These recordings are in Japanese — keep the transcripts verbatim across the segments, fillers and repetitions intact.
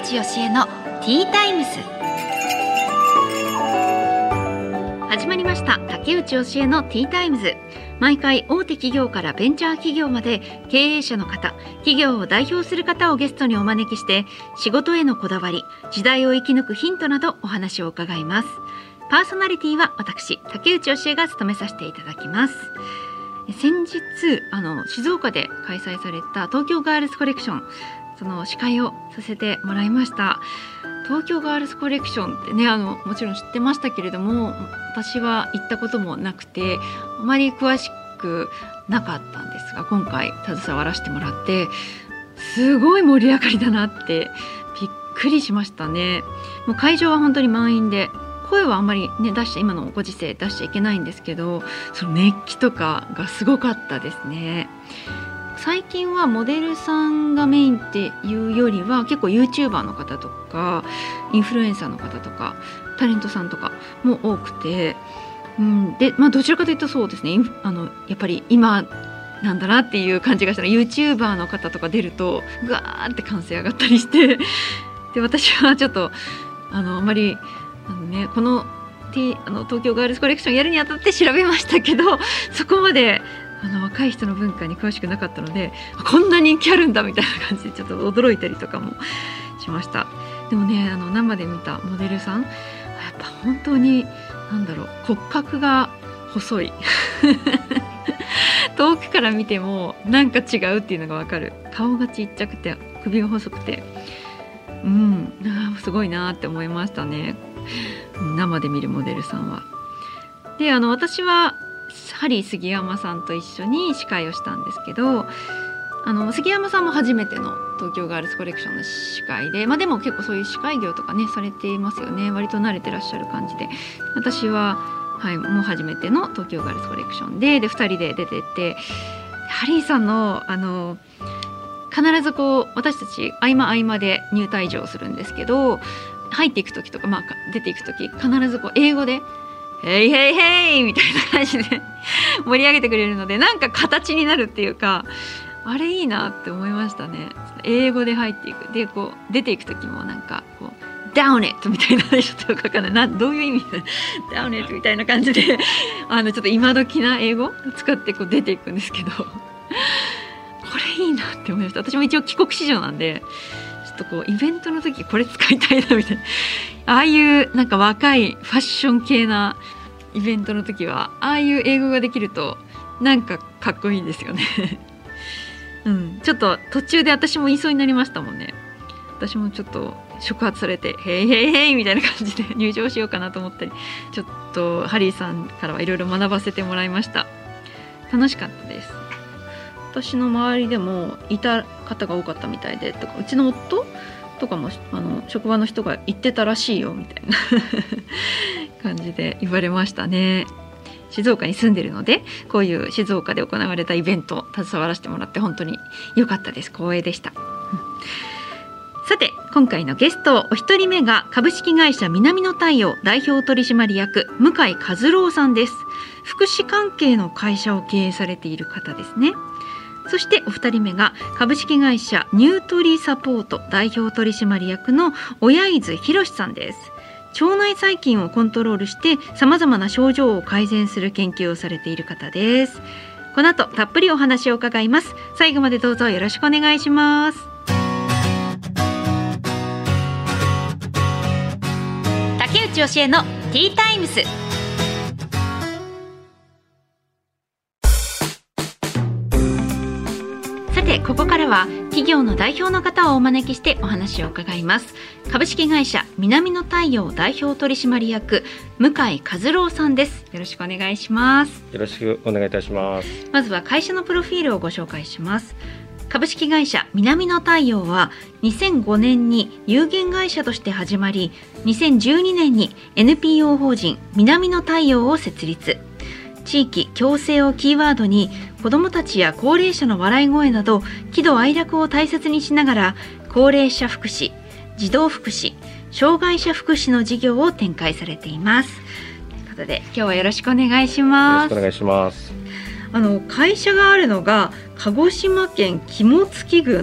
内よしえのティータイムズ。始まりました。竹内よしえのティータイムズ。毎回大手企業からベンチャー企業まで経営者の方、企業を代表する方をゲストにお招きして、仕事へのこだわり、時代を生き抜くヒントなどお話を伺います。パーソナリティは私竹内よしえが務めさせていただきます。先日あの静岡で開催された東京ガールズコレクション、その司会をさせてもらいました。東京ガールズコレクションってね、あのもちろん知ってましたけれども、私は行ったこともなくてあまり詳しくなかったんですが、今回携わらせてもらってすごい盛り上がりだなってびっくりしましたね。もう会場は本当に満員で、声はあんまりね出しちゃ今のご時世出しちゃいけないんですけど、その熱気とかがすごかったですね。最近はモデルさんがメインっていうよりは結構 YouTuber の方とかインフルエンサーの方とかタレントさんとかも多くて、うん、で、まあ、どちらかというとそうですね、あのやっぱり今なんだなっていう感じがしたら YouTuber の方とか出るとガーって歓声上がったりしてで私はちょっとあのあまりあの、ね、この、T、あの東京ガールズコレクションやるにあたって調べましたけど、そこまであの若い人の文化に詳しくなかったので、こんな人気あるんだみたいな感じでちょっと驚いたりとかもしました。でもね、あの生で見たモデルさん、やっぱ本当になんだろう、骨格が細い遠くから見てもなんか違うっていうのが分かる。顔がちっちゃくて首が細くて、うん、すごいなって思いましたね、生で見るモデルさんは。で、あの私はハリー杉山さんと一緒に司会をしたんですけど、あの杉山さんも初めての東京ガールズコレクションの司会で、まあ、でも結構そういう司会業とかねされていますよね。割と慣れてらっしゃる感じで、私は、はい、もう初めての東京ガールズコレクションで、でふたりで出てて、ハリーさんのあの必ずこう私たち合間合間で入退場するんですけど、入っていく時とか、まあ、出ていく時必ずこう英語でヘイヘイヘイみたいな感じで盛り上げてくれるので、なんか形になるっていうか、あれいいなって思いましたね。英語で入っていくで、こう出ていく時もなんかこうダウンイットみたいな、ちょっとよくわかんないな、どういう意味でダウンイットみたいな感じであのちょっと今時な英語を使ってこう出ていくんですけどこれいいなって思いました。私も一応帰国子女なんで、ちょっとこうイベントの時これ使いたいなみたいな、ああいうなんか若いファッション系なイベントの時はああいう英語ができるとなんかかっこいいんですよねうん、ちょっと途中で私も言いそうになりましたもんね。私もちょっと触発されてヘイヘイヘイみたいな感じで入場しようかなと思ったり、ちょっとハリーさんからはいろいろ学ばせてもらいました。楽しかったです。私の周りでもいた方が多かったみたいで、とかうちの夫とかもあの職場の人が言ってたらしいよみたいな感じで言われましたね。静岡に住んでるので、こういう静岡で行われたイベントを携わらせてもらって本当に良かったです。光栄でした、うん、さて今回のゲストお一人目が株式会社南の太陽代表取締役向井和郎さんです。福祉関係の会社を経営されている方ですね。そしてお二人目が株式会社ニュートリサポート代表取締役の親伊豆博さんです。腸内細菌をコントロールしてさまざまな症状を改善する研究をされている方です。この後たっぷりお話を伺います。最後までどうぞよろしくお願いします。竹内よしえのティータイムス。さてここからは企業の代表の方をお招きしてお話を伺います。株式会社南の太陽代表取締役向井和郎さんです。よろしくお願いします。 よろしくお願いいたします。 まずは会社のプロフィールをご紹介します。株式会社南の太陽はにせんごねんに有限会社として始まり、にせんじゅうにねんに エヌピーオー 法人南の太陽を設立。地域共生をキーワードに子どもたちや高齢者の笑い声など喜怒哀楽を大切にしながら、高齢者福祉、児童福祉、障害者福祉の事業を展開されています。ということで今日はよろしくお願いします。 よろしくお願いします。 あの会社があるのが鹿児島県肝付郡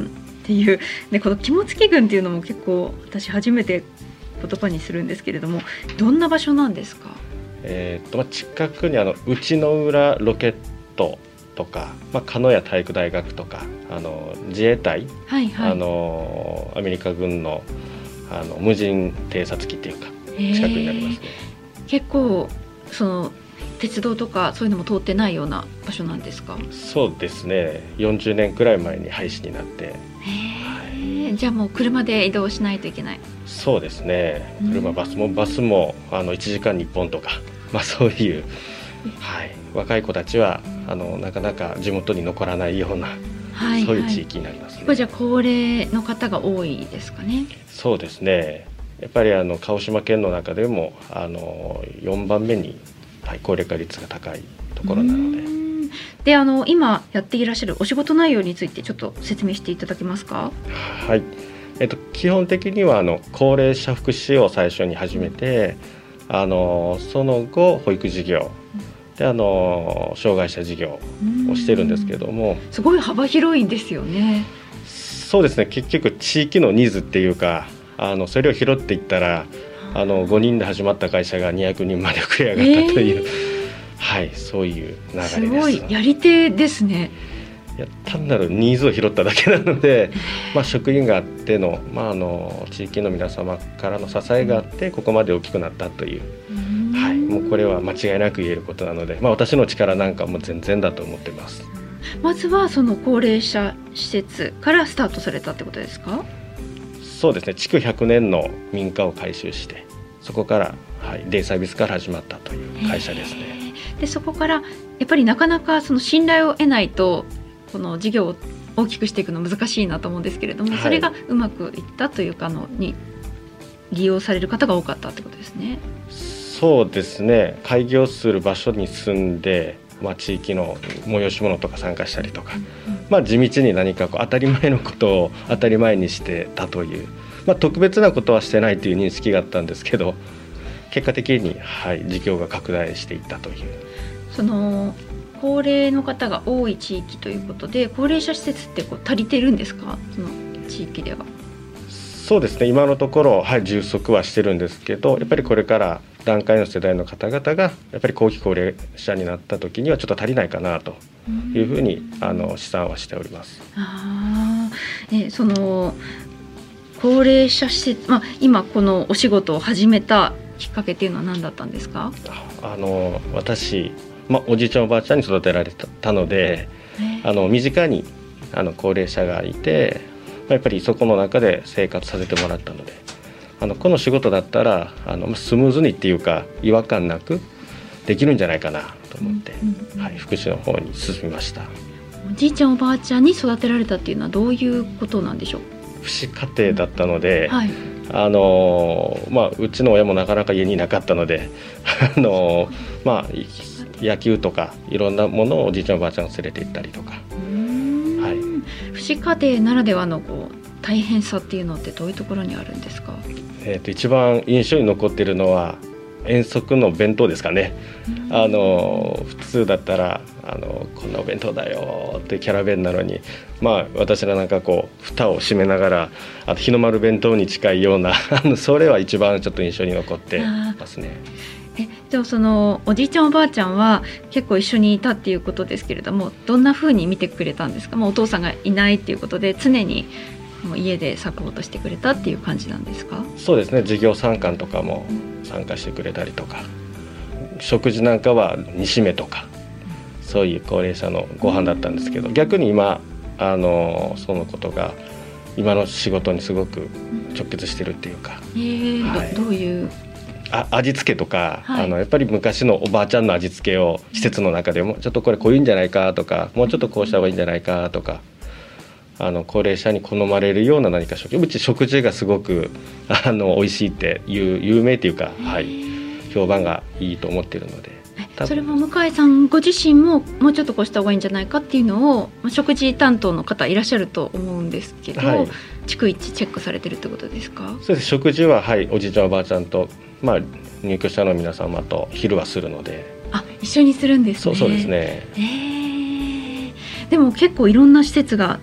っていう、ね、この肝付郡っていうのも結構私初めて言葉にするんですけれども、どんな場所なんですか？ えーとまあ、近くにあの内之浦ロケットとか、まあ、鹿屋体育大学とかあの自衛隊、 はいはい、 あのアメリカ軍の、あの無人偵察機っていうか近くになりますね。 結構その鉄道とかそういうのも通ってないような場所なんですか？ そうですね、よんじゅうねんくらい前に廃止になって、 へー、はい、じゃあもう車で移動しないといけない。 そうですね、車バスもバスもあのいちじかんにいっぽんとか、まあ、そういう、はい、若い子たちはあのなかなか地元に残らないような、はいはい、そういう地域になりますね。 これじゃあ高齢の方が多いですかね？ そうですね、やっぱりあの鹿児島県の中でもあのよんばんめに、はい、高齢化率が高いところなので。 で、あの今やっていらっしゃるお仕事内容についてちょっと説明していただけますか？ はい、えっと、基本的にはあの高齢者福祉を最初に始めて、あのその後保育事業であの障害者事業をしてるんですけども、 すごい幅広いんですよね。 そうですね、結局地域のニーズっていうか、あのそれを拾っていったらあのごにんで始まった会社がにひゃくにんまで膨れ上がったという、えーはい、そういう流れです。 すごいやり手ですね。 いや単なるニーズを拾っただけなので、まあ、職員があっての、まあ、あの地域の皆様からの支えがあってここまで大きくなったという、はい、もうこれは間違いなく言えることなので、まあ、私の力なんかも全然だと思っています。 まずはその高齢者施設からスタートされたってことですか？ そうですね、築ひゃくねんの民家を改修してそこから、はい、デイサービスから始まったという会社ですね。 でそこからやっぱりなかなかその信頼を得ないとこの事業を大きくしていくの難しいなと思うんですけれども、はい、それがうまくいったというかのに利用される方が多かったってことですね。 そうですね、開業する場所に住んで、まあ、地域の催し物とか参加したりとか、うんうん、まあ、地道に何かこう当たり前のことを当たり前にしてたという、まあ、特別なことはしてないという認識があったんですけど、結果的に、はい、事業が拡大していったという。 その高齢の方が多い地域ということで、高齢者施設ってこう足りてるんですか？その地域では。 そうですね、今のところ、はい、充足はしてるんですけど、やっぱりこれから段階の世代の方々がやっぱり後期高齢者になった時にはちょっと足りないかなというふうにあの試算はしております。 あえその高齢者施設、まあ、今このお仕事を始めたきっかけっていうのは何だったんですか？ あの私、まあ、おじいちゃんおばあちゃんに育てられたので、あの身近にあの高齢者がいて、やっぱりそこの中で生活させてもらったので、あのこの仕事だったらあのスムーズにっていうか違和感なくできるんじゃないかなと思って、うんうん、はい、福祉の方に進みました。 おじいちゃんおばあちゃんに育てられたっていうのはどういうことなんでしょう？ 福祉家庭だったので、 はい、 あのまあ、うちの親もなかなか家にいなかったのであの、まあ、野球とかいろんなものをおじいちゃんおばあちゃんが連れて行ったりとか、はい、 福祉家庭ならではのこう大変さっていうのってどういうところにあるんですか？ えーと、一番印象に残っているのは遠足の弁当ですかね。あの普通だったらあのこんなお弁当だよってキャラ弁なのに、まあ、私らなんかこう蓋を閉めながらあと日の丸弁当に近いようなあのそれは一番ちょっと印象に残ってますね。 えじゃあそのおじいちゃんおばあちゃんは結構一緒にいたっていうことですけれども、どんな風に見てくれたんですか？もうお父さんがいないっていうことで常にもう家でサポートしてくれたっていう感じなんですか？ そうですね、授業参観とかも参加してくれたりとか、食事なんかは煮しめとかそういう高齢者のご飯だったんですけど、逆に今あのそのことが今の仕事にすごく直結してるっていうか、 えーはい、ど, どういうあ味付けとか、 はい、 あのやっぱり昔のおばあちゃんの味付けを施設の中でもちょっとこれこういうんじゃないかとか、もうちょっとこうした方がいいんじゃないかとか、あの高齢者に好まれるような何か食事、うち食事がすごくあの美味しいっていう有名っていうか、はい、評判がいいと思っているので、 それも向井さんご自身ももうちょっとこうした方がいいんじゃないかっていうのを食事担当の方いらっしゃると思うんですけど、はい、逐一チェックされてるってことですか？ そうです、食事は、はい、おじいちゃんおばあちゃんと、まあ、入居者の皆様と昼はするので。 あ、一緒にするんですね。 そう、そうですね。 えー、でも結構いろんな施設が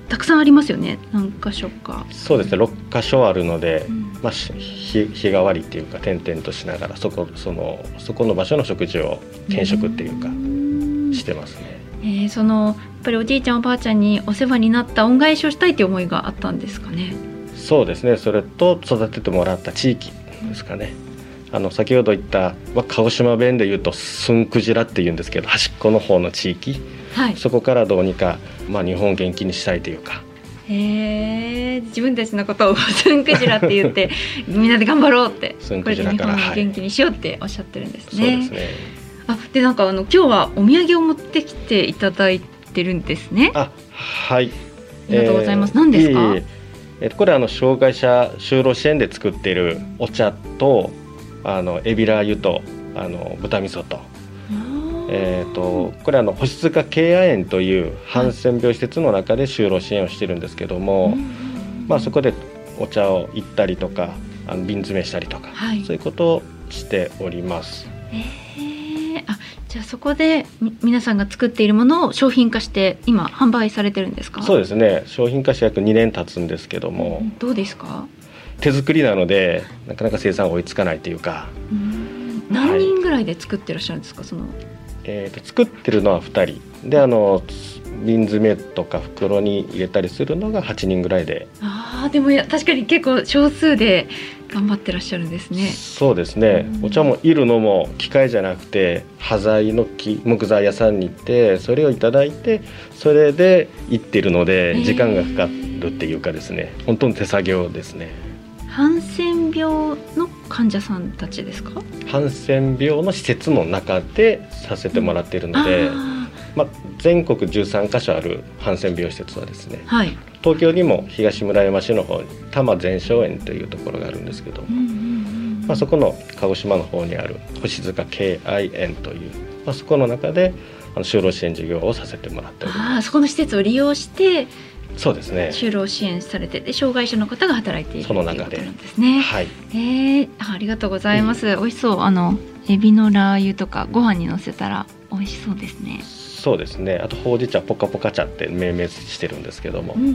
たくさんありますよね、何箇所か。 そうですね、ろっかしょあるので、うん、まあ、日, 日替わりっていうか点々としながらそこ、その、そこの場所の食事を兼食っていうかしてますね。 えー、そのやっぱりおじいちゃんおばあちゃんにお世話になった恩返しをしたいという思いがあったんですかね。 そうですね、それと育ててもらった地域ですかね。あの先ほど言った、まあ、鹿児島弁で言うとスンクジラっていうんですけど、端っこの方の地域、はい、そこからどうにか、まあ、日本を元気にしたいというか。 へー、自分たちのことをスンクジラって言ってみんなで頑張ろうって、 スンクジラからこれで日本を元気にしようっておっしゃってるんですね。 はい、そうですね。 あ、でなんかあの今日はお土産を持ってきていただいてるんですね。 あ、はい、 ありがとうございます。えー、何ですか？ いいえー、これはあの障害者就労支援で作っているお茶と、あのエビラー油とあの豚味噌と、えー、とこれはあの星塚敬愛園というハンセン病施設の中で就労支援をしてるんですけども、はい、まあ、そこでお茶を行ったりとか、あの瓶詰めしたりとか、はい、そういうことをしております。 えー、あ、じゃあそこで皆さんが作っているものを商品化して今販売されてるんですか？ そうですね、商品化して約にねん経つんですけども、 うん、どうですか？ 手作りなのでなかなか生産追いつかないというか。 うん、何人ぐらいで作ってらっしゃるんですか？そのえー、と作ってるのはふたりで、あの瓶詰めとか袋に入れたりするのがはちにんぐらいで。 あ、でもや確かに結構少数で頑張ってらっしゃるんですね。 そうですね、お茶もいるのも機械じゃなくて端材の木木材屋さんに行ってそれをいただいてそれでいってるので時間がかかるっていうかですね、本当に手作業ですね。 ハンセン病の患者さんたちですか？ ハンセン病の施設の中でさせてもらっているので、うん、まあ、全国じゅうさんかしょあるハンセン病施設はですね、はい、東京にも東村山市の方に多摩全生園というところがあるんですけども、うんうんうん、まあ、そこの鹿児島の方にある星塚敬愛園という、まあ、そこの中であの就労支援事業をさせてもらっております。 あ、そこの施設を利用してそうですね、 就労支援されてて障害者の方が働いているということなんですね。 はい、えー、あ、ありがとうございます。うん、美味しそう。あのエビのラー油とかご飯にのせたら美味しそうですね。 そうですね、あとほうじ茶ポカポカ茶って命名してるんですけども、うんうんうん、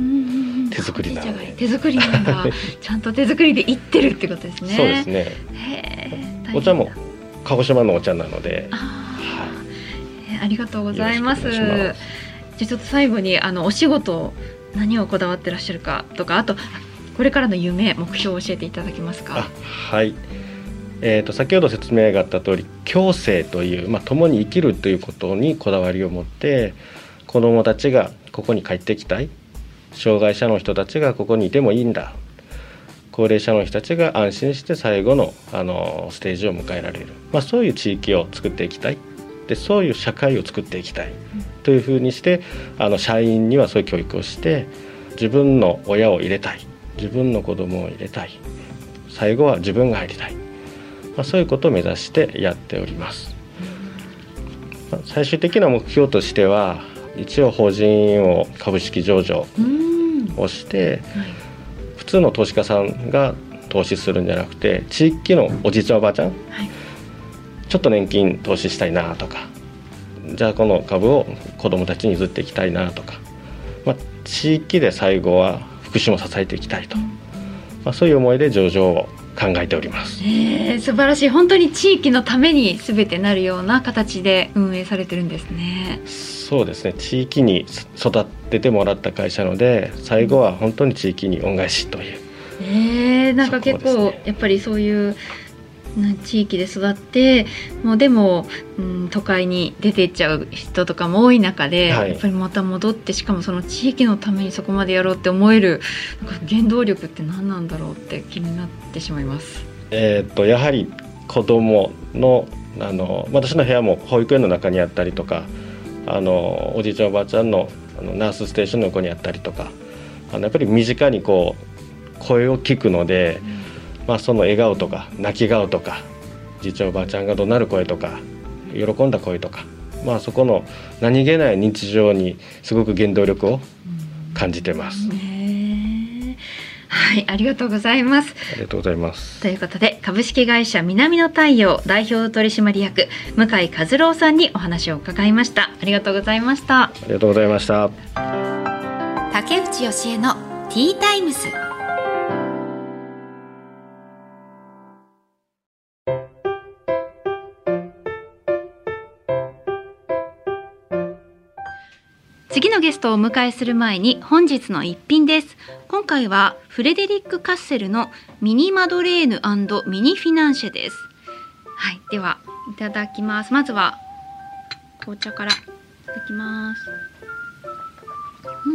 手作りなので。 手作りなんだちゃんと手作りでいってるってことですね。 そうですね。へー、お茶も鹿児島のお茶なので。 あ、はい、えー、ありがとうございます。じゃあちょっと最後にあのお仕事何をこだわってらっしゃるかとか、あとこれからの夢目標を教えていただけますか？ あ、はい、えー、と先ほど説明があった通り共生という、まあ、共に生きるということにこだわりを持って子どもたちがここに帰ってきたい、障害者の人たちがここにいてもいいんだ、高齢者の人たちが安心して最後の、あのステージを迎えられる、まあ、そういう地域を作っていきたい、でそういう社会を作っていきたいというふうにして、あの社員にはそういう教育をして自分の親を入れたい、自分の子供を入れたい、最後は自分が入りたい、まあ、そういうことを目指してやっております。まあ、最終的な目標としては一応法人を株式上場をして、普通の投資家さんが投資するんじゃなくて地域のおじいちゃんおばあちゃん、はい、ちょっと年金投資したいなとか、じゃあこの株を子どもたちに譲っていきたいなとか、まあ、地域で最後は福祉も支えていきたいと、まあ、そういう思いで上場を考えております。 えー、素晴らしい。本当に地域のために全てなるような形で運営されてるんですね。 そうですね、地域に育ててもらった会社ので最後は本当に地域に恩返しという、 えー、なんか結構やっぱりそういう地域で育ってもうでも、うん、都会に出ていっちゃう人とかも多い中で、はい、やっぱりまた戻ってしかもその地域のためにそこまでやろうって思えるなんか原動力って何なんだろうって気になってしまいます。 えー、っとやはり子どもの、あの私の部屋も保育園の中にあったりとか、あのおじいちゃんおばあちゃん の, あのナースステーションの横にあったりとか、あのやっぱり身近にこう声を聞くので、うん、まあ、その笑顔とか泣き顔とかじいちゃんおばあちゃんが怒鳴る声とか喜んだ声とか、まあ、そこの何気ない日常にすごく原動力を感じてます。 うん、はい、ありがとうございます。 ありがとうございます。 ということで株式会社南の太陽代表取締役向井和郎さんにお話を伺いました。ありがとうございました。 ありがとうございました。 竹内義恵のティータイムス。次のゲストをお迎えする前に本日の一品です。今回はフレデリック・カッセルのミニマドレーヌ&ミニフィナンシェです。はい、ではいただきます。まずは紅茶からいただきます。うん、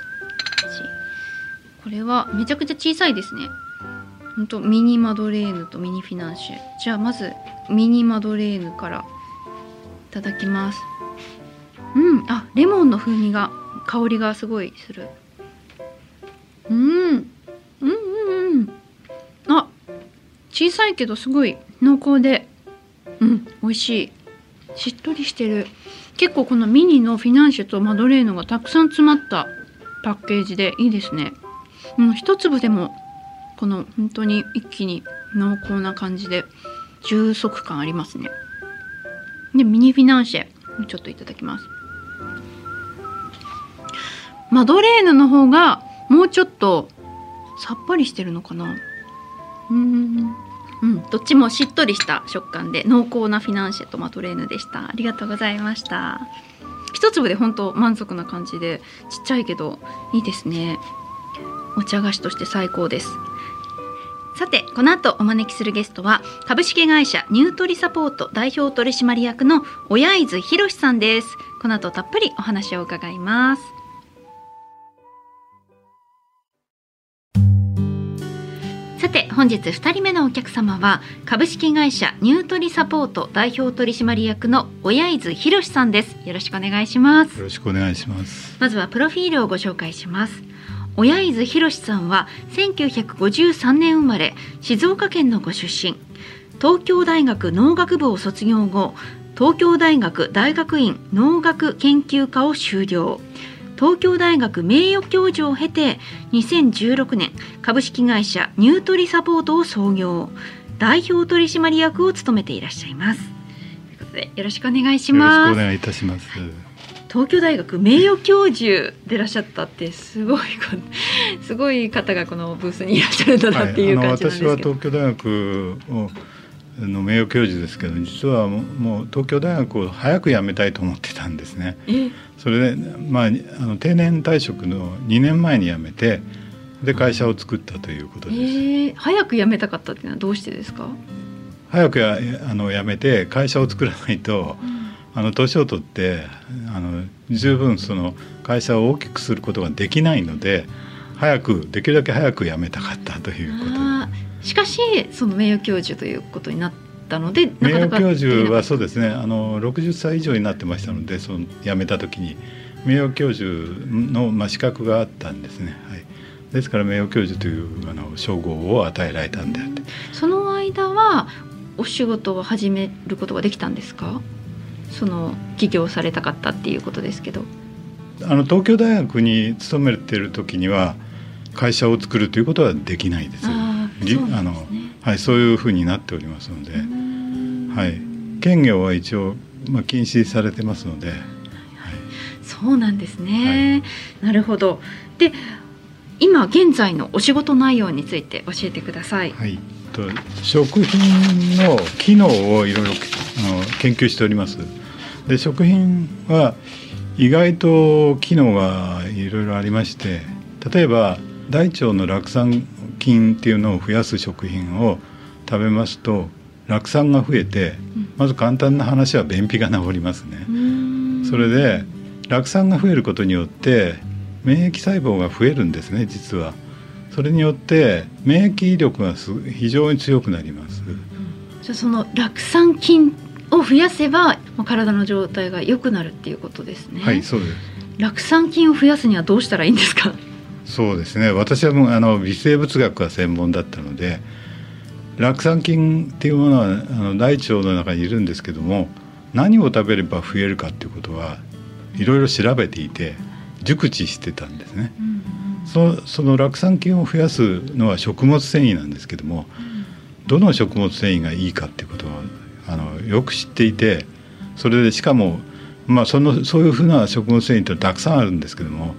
これはめちゃくちゃ小さいですね。ほんとミニマドレーヌとミニフィナンシェ。じゃあまずミニマドレーヌからいただきます。うん、あ、レモンの風味が、香りがすごいする。うん、うんうんうん。あ、小さいけどすごい濃厚で、うん、美味しい。しっとりしてる。結構このミニのフィナンシェとマドレーヌがたくさん詰まったパッケージでいいですね。うん、一粒でもこの本当に一気に濃厚な感じで充足感ありますね。で、ミニフィナンシェちょっといただきます。マドレーヌの方がもうちょっとさっぱりしてるのかな。うーん、うん、どっちもしっとりした食感で濃厚なフィナンシェとマドレーヌでした。ありがとうございました。一粒で本当満足な感じで、ちっちゃいけどいいですね。お茶菓子として最高です。さて、この後お招きするゲストは株式会社ニュートリサポート代表取締役の小柳津博さんです。この後たっぷりお話を伺います。さて、本日ふたりめのお客様は株式会社ニュートリサポート代表取締役の小柳津博さんです。よろしくお願いします。 よろしくお願いします。 まずはプロフィールをご紹介します。小柳津博さんはせんきゅうひゃくごじゅうさんねん生まれ、静岡県のご出身。東京大学農学部を卒業後、東京大学大学院農学研究科を修了。東京大学名誉教授を経てにせんじゅうろくねん株式会社ニュートリサポートを創業、代表取締役を務めていらっしゃいます。ということでよろしくお願いします。 よろしくお願いいたします。 東京大学名誉教授でいらっしゃったってすごいすごい方がこのブースにいらっしゃるんだなっていう感じなんですけど、 はい、あの私は東京大学をの名誉教授ですけど、実はもう、もう東京大学を早く辞めたいと思ってたんですね。それで、まあ、あの定年退職のにねんまえに辞めて、で会社を作ったということです。えー、早く辞めたかったっていうのはどうしてですか？ 早くやあの辞めて会社を作らないと、うん、あの年を取ってあの十分その会社を大きくすることができないので、早くできるだけ早く辞めたかったということです。 しかしその名誉教授ということになったので、 名誉教授はそうですね、あのろくじゅっさい以上になってましたので、その辞めた時に名誉教授の、まあ、資格があったんですね。はい、ですから名誉教授というあの称号を与えられたんであって、 その間はお仕事を始めることができたんですか？その起業されたかったっていうことですけど、 あの東京大学に勤めている時には会社を作るということはできないです。そうですね。あの、はい、そういうふうになっておりますので、はい、兼業は一応、まあ、禁止されてますので、はい、 そうなんですね。はい、なるほど。で、今現在のお仕事内容について教えてください。 はい、と食品の機能をいろいろあの研究しております。で、食品は意外と機能がいろいろありまして、例えば大腸の酪酸菌っていうのを増やす食品を食べますと酪酸が増えて、うん、まず簡単な話は便秘が治りますね。それで酪酸が増えることによって免疫細胞が増えるんですね、実は。それによって免疫力が非常に強くなります。うん、 じゃあその酪酸菌を増やせば体の状態が良くなるっていうことですね。 はい、そうです。 酪酸菌を増やすにはどうしたらいいんですか？ そうですね、私はもうあの微生物学が専門だったので、酪酸菌っていうものはあの大腸の中にいるんですけども、何を食べれば増えるかっていうことはいろいろ調べていて熟知してたんですね。うんうん、そ, その酪酸菌を増やすのは食物繊維なんですけども、うん、どの食物繊維がいいかっていうことをあのよく知っていて、それでしかも、まあ、そのそういうふうな食物繊維ってたくさんあるんですけども、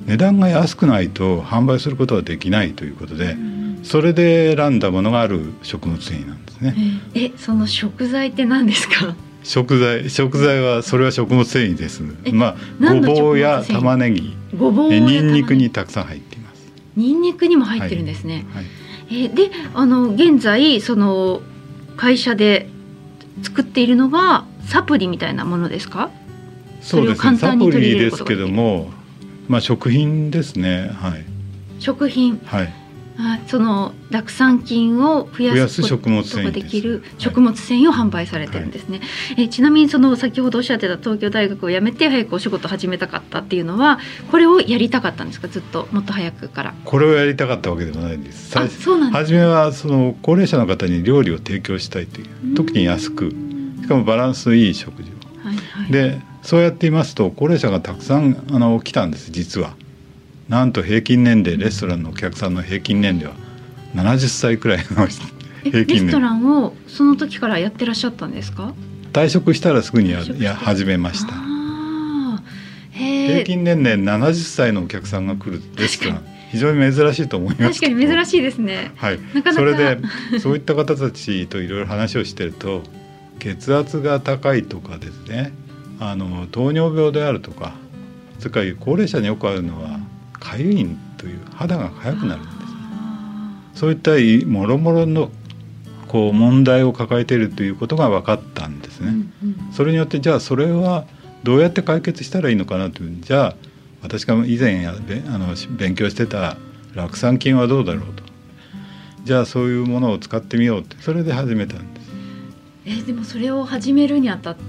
値段が安くないと販売することはできないということで、それで選んだものがある食物繊維なんですね。 ええその食材って何ですか？ 食材食材はそれは食物繊維です。まあごぼうや玉ねぎ、 ごぼうやニンニクにたくさん入っています。 ニンニクにも入ってるんですね。 はいはい、 えであの現在その会社で作っているのがサプリみたいなものですか？ そうですね、サプリですけども、まあ、食品ですね。はい、 食品、 はい、 あその酪酸菌を増やすことができる食物繊維を販売されてるんですね。はい、えちなみにその先ほどおっしゃってた東京大学を辞めて早くお仕事を始めたかったっていうのはこれをやりたかったんですか？ずっともっと早くから。これをやりたかったわけではないんです。 あ、そうなんです。 初めはその高齢者の方に料理を提供したいという、特に安く、しかもバランスのいい食事を、はいはい、でそうやっていますと高齢者がたくさんあの来たんです。実はなんと平均年齢レストランのお客さんの平均年齢はななじゅっさいくらいの平均年齢。 レストランをその時からやってらっしゃったんですか？ 退職したらすぐに や, や始めました。 あへ平均年齢ななじゅっさいのお客さんが来るレストラン非常に珍しいと思いますけど。 確かに珍しいですね。 はい、 なかなかそれでそういった方たちといろいろ話をしてると血圧が高いとかですね、あの糖尿病であるとか、それから高齢者によくあるのはかゆいという肌が痒くなるんです。そういったもろもろのこう問題を抱えているということが分かったんですね。うんうん、それによってじゃあそれはどうやって解決したらいいのかなという、じゃあ私が以前やあの勉強してた酪酸菌はどうだろうと、じゃあそういうものを使ってみようって、それで始めたんです。 えー、でもそれを始めるにあたって、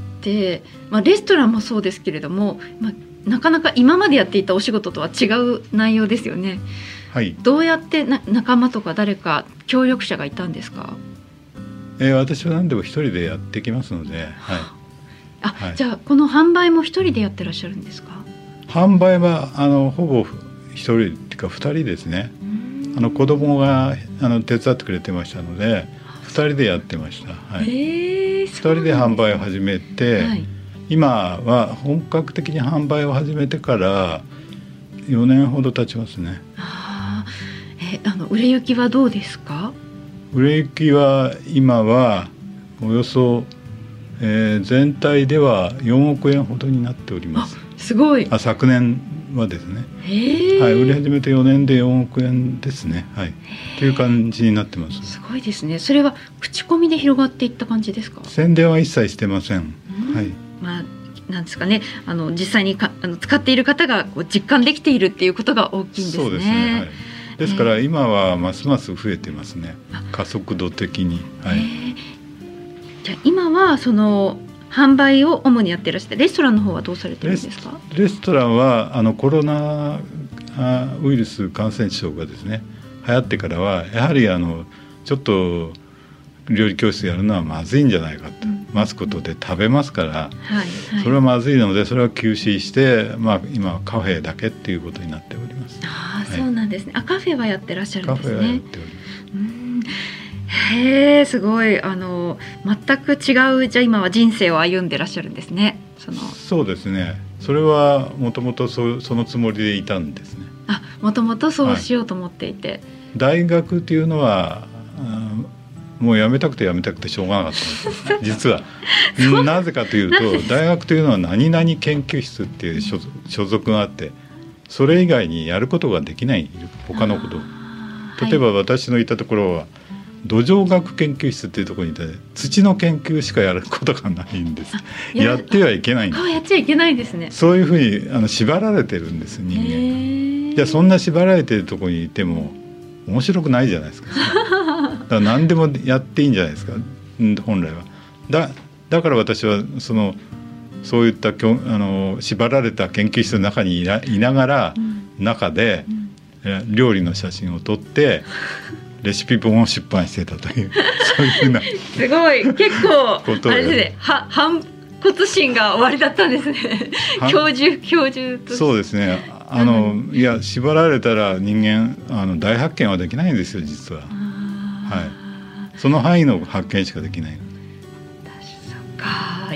まあ、レストランもそうですけれども、まあ、なかなか今までやっていたお仕事とは違う内容ですよね。はい、どうやってな仲間とか誰か協力者がいたんですか？ えー、私は何でも一人でやってきますので、はい、 あ、はい、じゃあこの販売も一人でやってらっしゃるんですか？ 販売はあのほぼ一人っていうか二人ですね。あの子供があの手伝ってくれてましたので二人でやってました。はい、えー、二人で販売を始めて、はい、今は本格的に販売を始めてからよねんほど経ちますね。 あ、えー、あの売れ行きはどうですか？ 売れ行きは今はおよそ、えー、全体ではよんおくえんほどになっております。 すごい。 あ、昨年はですね、はい、売り始めてよねんでよんおくえんですね。はい、という感じになってます。 すごいですね。それは口コミで広がっていった感じですか？ 宣伝は一切してません。うん、はい、 まあなんですかね、あの実際にかあの使っている方がこう実感できているっていうことが大きいんですね。 そうですね。はい、ですから今はますます増えてますね。加速度的に。はい、 じゃあ今はその販売を主にやっていらっしゃって、レストランの方はどうされてるんですか？ レス、レストランはあのコロナウイルス感染症がですね流行ってからはやはりあのちょっと料理教室やるのはまずいんじゃないかと、うん、待つことで食べますから、はいはい、それはまずいのでそれは休止して、まあ、今はカフェだけっていうことになっております。 あ、はい、そうなんですね。あ、カフェはやってらっしゃるんですね。 カフェはやっております。うん、 へえ、すごい。あの全く違うじゃあ今は人生を歩んでらっしゃるんですね。そのそうですね。それはもともとそのつもりでいたんですね。 あ、もともとそうしようと思っていて、はい、 大学っていうのはもう辞めたくて辞めたくてしょうがなかったんですね。実はなぜかというと大学というのは何々研究室っていう所、所属があって、それ以外にやることができない他のこと。例えば私のいたところは土壌学研究室っていうところにいて土の研究しかやることがないんです。や, やってはいけないんです。 やっちゃいけないですね。 そういうふうにあの縛られてるんです人間。じゃあそんな縛られてるところにいても面白くないじゃないですか。だから何でもやっていいんじゃないですか本来は。 だ, だから私はそのそういったあの縛られた研究室の中に い, いながら、うん、中で、うん、料理の写真を撮ってレシピ本を出版してたというそういうふうなすごい結構あれですね、は反骨心が終わりだったんですね。教授教授として。 そうですね。あのいや縛られたら人間あの大発見はできないんですよ実は。はい、その範囲の発見しかできない。 そっか、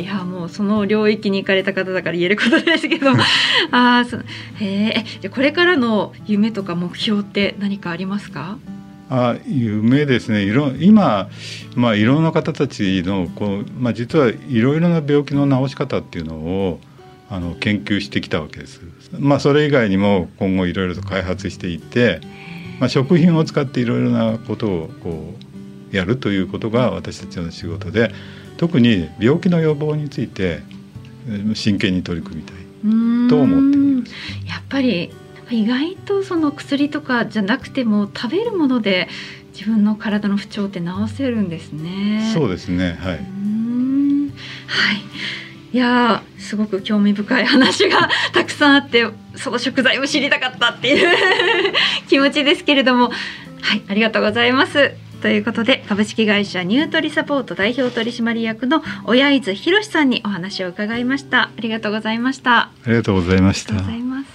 いやもうその領域に行かれた方だから言えることですけどあそへえこれからの夢とか目標って何かありますか？ あ夢ですね。いろ今、まあ、いろんな方たちのこう、まあ、実はいろいろな病気の治し方っていうのをあの研究してきたわけです。まあ、それ以外にも今後いろいろと開発していて、まあ、食品を使っていろいろなことをこうやるということが私たちの仕事で、特に病気の予防について真剣に取り組みたいと思っています。 やっぱり意外とその薬とかじゃなくても食べるもので自分の体の不調って治せるんですね。 そうですね、はい、うーん、はい、いやすごく興味深い話がたくさんあってその食材を知りたかったっていう気持ちですけれども、はい、ありがとうございます。ということで株式会社ニュートリサポート代表取締役の親伊豆博さんにお話を伺いました。ありがとうございました。 ありがとうございました。 ありがとうございます。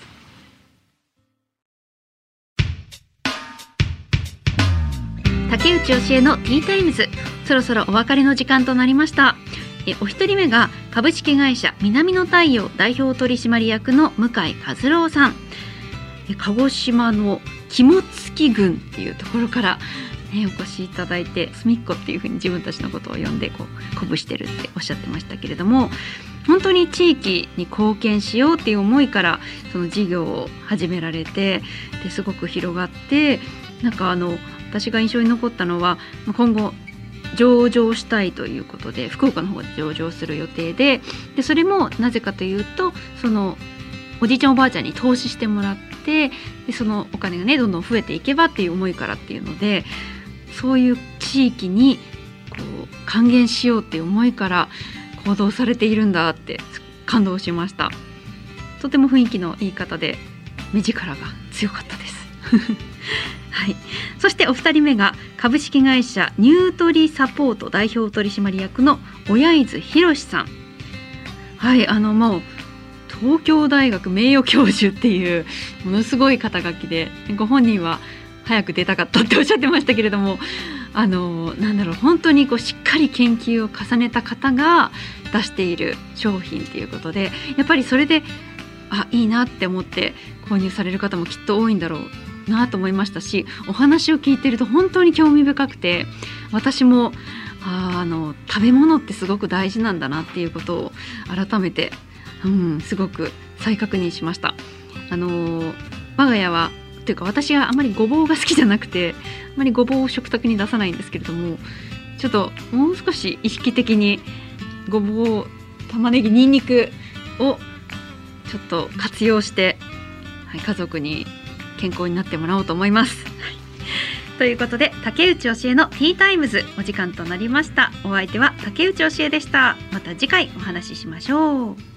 竹内教えのティータイムズ、そろそろお別れの時間となりました。えお一人目が株式会社南の太陽代表取締役の向井和郎さん。え鹿児島の肝付郡っていうところから、ね、お越しいただいて、すみっこっていうふうに自分たちのことを呼んでこう鼓舞してるっておっしゃってましたけれども、本当に地域に貢献しようっていう思いからその事業を始められて、ですごく広がって、なんかあの私が印象に残ったのは、今後上場したいということで福岡の方で上場する予定で、でそれもなぜかというと、そのおじいちゃんおばあちゃんに投資してもらって、でそのお金がねどんどん増えていけばっていう思いからっていうので、そういう地域にこう還元しようっていう思いから行動されているんだって感動しました。とても雰囲気のいい方で目力が強かったですはい、そしてお二人目が株式会社ニュートリサポート代表取締役の親伊豆博さん。はい、あのもう東京大学名誉教授っていうものすごい肩書きで、ご本人は早く出たかったっておっしゃってましたけれども、あのなんだろう、本当にこうしっかり研究を重ねた方が出している商品っていうことで、やっぱりそれであいいなって思って購入される方もきっと多いんだろうなと思いましたし、お話を聞いていると本当に興味深くて、私もああの食べ物ってすごく大事なんだなっていうことを改めて、うん、すごく再確認しました。あの我が家はというか私はあまりごぼうが好きじゃなくて、あまりごぼうを食卓に出さないんですけれども、ちょっともう少し意識的にごぼう、玉ねぎ、にんにくをちょっと活用して、はい、家族に健康になってもらおうと思います、はい、ということで竹内教えのティータイムズお時間となりました。お相手は竹内教えでした。また次回お話ししましょう。